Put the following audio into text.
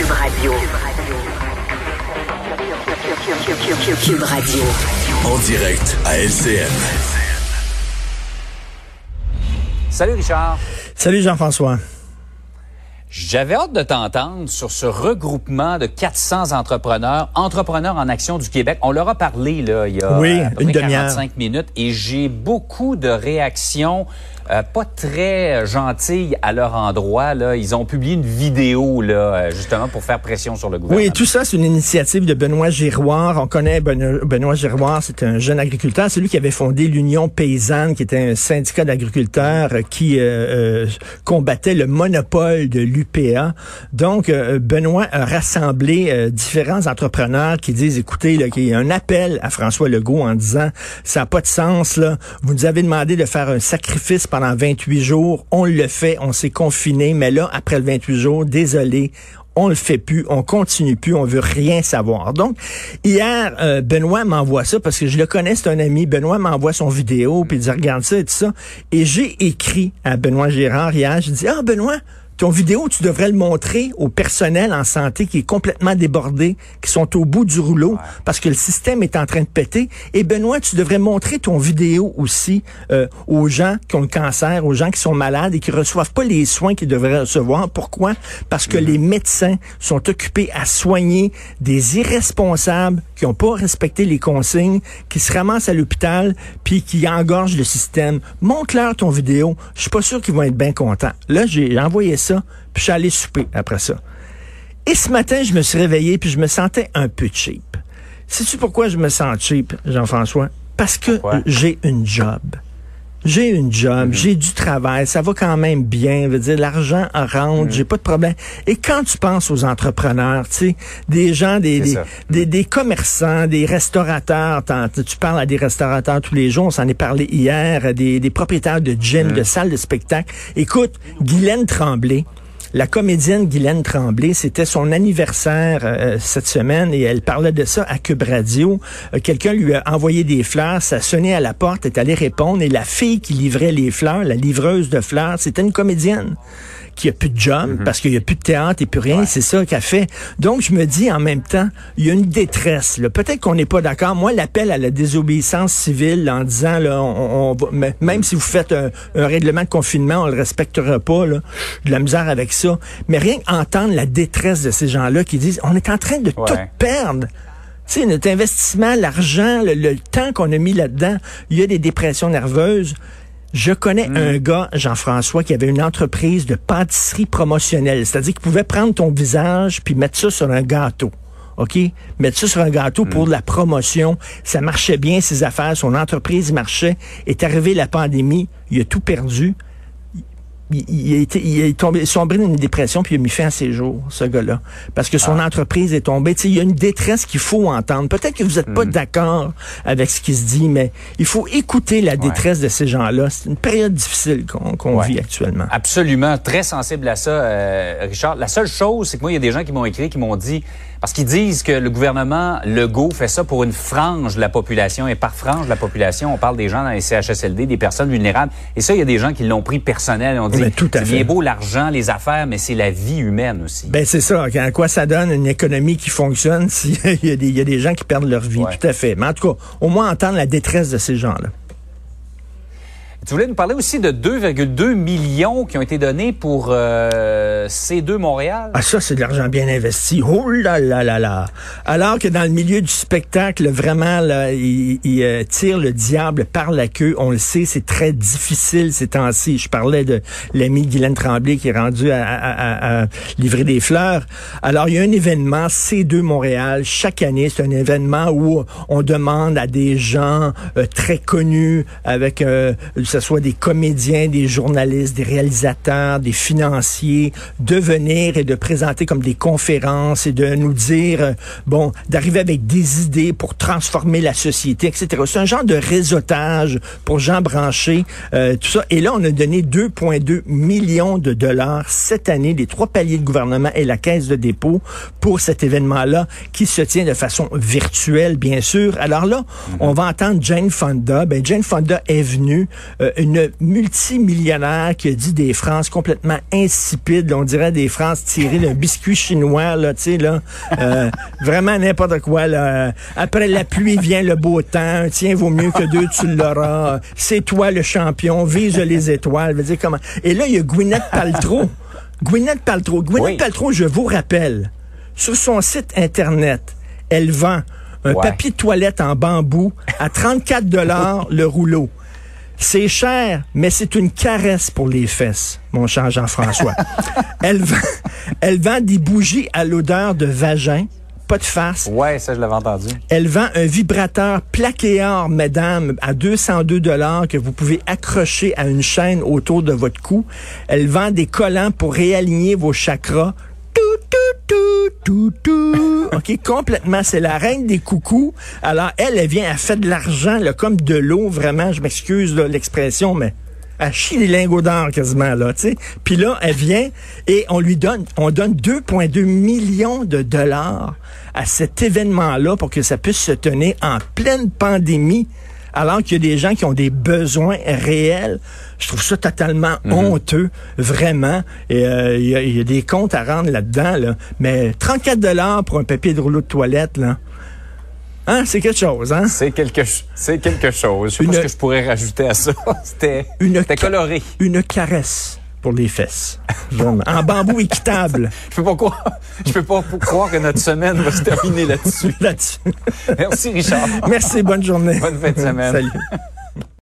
Cube Radio. Cube Radio. En direct à LCN. Salut Richard. Salut Jean-François. J'avais hâte de t'entendre sur ce regroupement de 400 entrepreneurs en action du Québec. On leur a parlé là, il y a à peu près 45 minutes et j'ai beaucoup de réactions pas très gentilles à leur endroit. Là. Ils ont publié une vidéo là, justement pour faire pression sur le gouvernement. Oui, tout ça, c'est une initiative de Benoît Giroir. On connaît Benoît Giroir, c'est un jeune agriculteur. C'est lui qui avait fondé l'Union paysanne, qui était un syndicat d'agriculteurs qui combattait le monopole de l'UPA. Donc, Benoît a rassemblé différents entrepreneurs qui disent, écoutez, là, qu'il y a un appel à François Legault en disant, ça n'a pas de sens, là. Vous nous avez demandé de faire un sacrifice pendant 28 jours. On le fait, on s'est confiné, mais là, après le 28 jours, désolé, on le fait plus, on continue plus, on veut rien savoir. Donc, hier, Benoît m'envoie ça, parce que je le connais, c'est un ami. Benoît m'envoie son vidéo, puis il dit, regarde ça et tout ça. Et j'ai écrit à Benoît Girard hier, je dis, Benoît, ton vidéo, tu devrais le montrer au personnel en santé qui est complètement débordé, qui sont au bout du rouleau, parce que le système est en train de péter. Et Benoît, tu devrais montrer ton vidéo aussi aux gens qui ont le cancer, aux gens qui sont malades et qui reçoivent pas les soins qu'ils devraient recevoir. Pourquoi? Parce que les médecins sont occupés à soigner des irresponsables qui n'ont pas respecté les consignes, qui se ramassent à l'hôpital, puis qui engorgent le système. Montre-leur ton vidéo. Je suis pas sûr qu'ils vont être bien contents. Là, j'ai envoyé ça, puis je suis allé souper après ça. Et ce matin, je me suis réveillé, puis je me sentais un peu cheap. Sais-tu pourquoi je me sens cheap, Jean-François? Parce que j'ai une job. J'ai une job, j'ai du travail, ça va quand même bien, veut dire l'argent rentre, j'ai pas de problème. Et quand tu penses aux entrepreneurs, tu sais, des gens, des commerçants, des restaurateurs, tu parles à des restaurateurs tous les jours, on s'en est parlé hier, des propriétaires de gym, de salles de spectacle. Écoute, Guylaine Tremblay, la comédienne Guylaine Tremblay, c'était son anniversaire cette semaine et elle parlait de ça à Cube Radio. Quelqu'un lui a envoyé des fleurs, ça a sonné à la porte, est allé répondre et la fille qui livrait les fleurs, la livreuse de fleurs, c'était une comédienne qui a plus de job parce qu'il y a plus de théâtre et plus rien, c'est ça qu'elle fait. Donc je me dis en même temps, il y a une détresse là. Peut-être qu'on n'est pas d'accord. Moi, l'appel à la désobéissance civile là, en disant là, on va, même si vous faites un règlement de confinement, on le respectera pas là. De la misère avec ça. Mais rien qu'entendre la détresse de ces gens-là qui disent, on est en train de tout perdre. Tu sais, notre investissement, l'argent, le temps qu'on a mis là-dedans, il y a des dépressions nerveuses. Je connais un gars, Jean-François, qui avait une entreprise de pâtisserie promotionnelle. C'est-à-dire qu'il pouvait prendre ton visage puis mettre ça sur un gâteau. OK? Mettre ça sur un gâteau pour de la promotion. Ça marchait bien, ses affaires. Son entreprise marchait. Est arrivée la pandémie. Il a tout perdu. Il est sombré dans une dépression puis il a mis fin à ses jours, ce gars-là. Parce que son entreprise est tombée. Tu sais, il y a une détresse qu'il faut entendre. Peut-être que vous n'êtes pas d'accord avec ce qui se dit, mais il faut écouter la détresse de ces gens-là. C'est une période difficile qu'on vit actuellement. Absolument. Très sensible à ça, Richard. La seule chose, c'est que moi, il y a des gens qui m'ont écrit, qui m'ont dit, parce qu'ils disent que le gouvernement Legault fait ça pour une frange de la population. Et par frange de la population, on parle des gens dans les CHSLD, des personnes vulnérables. Et ça, il y a des gens qui l'ont pris personnel. On dit, c'est bien beau l'argent, les affaires, mais c'est la vie humaine aussi. Ben c'est ça. À quoi ça donne une économie qui fonctionne s'il y a des gens qui perdent leur vie? Tout à fait. Mais en tout cas, au moins entendre la détresse de ces gens-là. Tu voulais nous parler aussi de 2,2 millions qui ont été donnés pour C2 Montréal. Ah, ça, c'est de l'argent bien investi. Oh là là là là. Alors que dans le milieu du spectacle, vraiment, là, il tire le diable par la queue. On le sait, c'est très difficile ces temps-ci. Je parlais de l'ami Guylaine Tremblay qui est rendu à livrer des fleurs. Alors, il y a un événement C2 Montréal chaque année. C'est un événement où on demande à des gens très connus avec que ce soit des comédiens, des journalistes, des réalisateurs, des financiers, de venir et de présenter comme des conférences et de nous dire, d'arriver avec des idées pour transformer la société, etc. C'est un genre de réseautage pour Jean Branché, tout ça. Et là, on a donné 2,2 millions de dollars cette année, les 3 paliers de gouvernement et la Caisse de dépôt pour cet événement-là qui se tient de façon virtuelle, bien sûr. Alors là, on va entendre Jane Fonda. Jane Fonda est venue une multimillionnaire qui a dit des phrases complètement insipides. On dirait des phrases tirées d'un biscuit chinois, là, tu sais, là. Vraiment n'importe quoi, là. Après la pluie vient le beau temps. Tiens, vaut mieux que deux, tu l'auras. C'est toi le champion. Vise les étoiles. Veux dire comment. Et là, il y a Gwyneth Paltrow. Gwyneth Paltrow, je vous rappelle, sur son site Internet, elle vend un papier de toilette en bambou à 34 $ le rouleau. C'est cher, mais c'est une caresse pour les fesses, mon cher Jean-François. Elle vend des bougies à l'odeur de vagin, pas de farce. Ouais, ça, je l'avais entendu. Elle vend un vibrateur plaqué or, mesdames, à 202 $ que vous pouvez accrocher à une chaîne autour de votre cou. Elle vend des collants pour réaligner vos chakras. OK, complètement. C'est la reine des coucous. Alors, elle fait de l'argent, là, comme de l'eau, vraiment. Je m'excuse, là, l'expression, mais elle chie les lingots d'or quasiment, là, tu sais. Puis là, elle vient et on donne 2,2 millions de dollars à cet événement-là pour que ça puisse se tenir en pleine pandémie, alors qu'il y a des gens qui ont des besoins réels. Je trouve ça totalement honteux, vraiment. Et il y a des comptes à rendre là-dedans, là. Mais 34 $ pour un papier de rouleau de toilette, là. Hein, c'est quelque chose, hein? C'est quelque chose. Je sais pas ce que je pourrais rajouter à ça. C'était coloré. Une caresse pour les fesses. Vraiment. En bambou équitable. Je peux pas croire que notre semaine va se terminer là-dessus. Là-dessus. Merci, Richard. Merci, bonne journée. Bonne fin de semaine. Salut.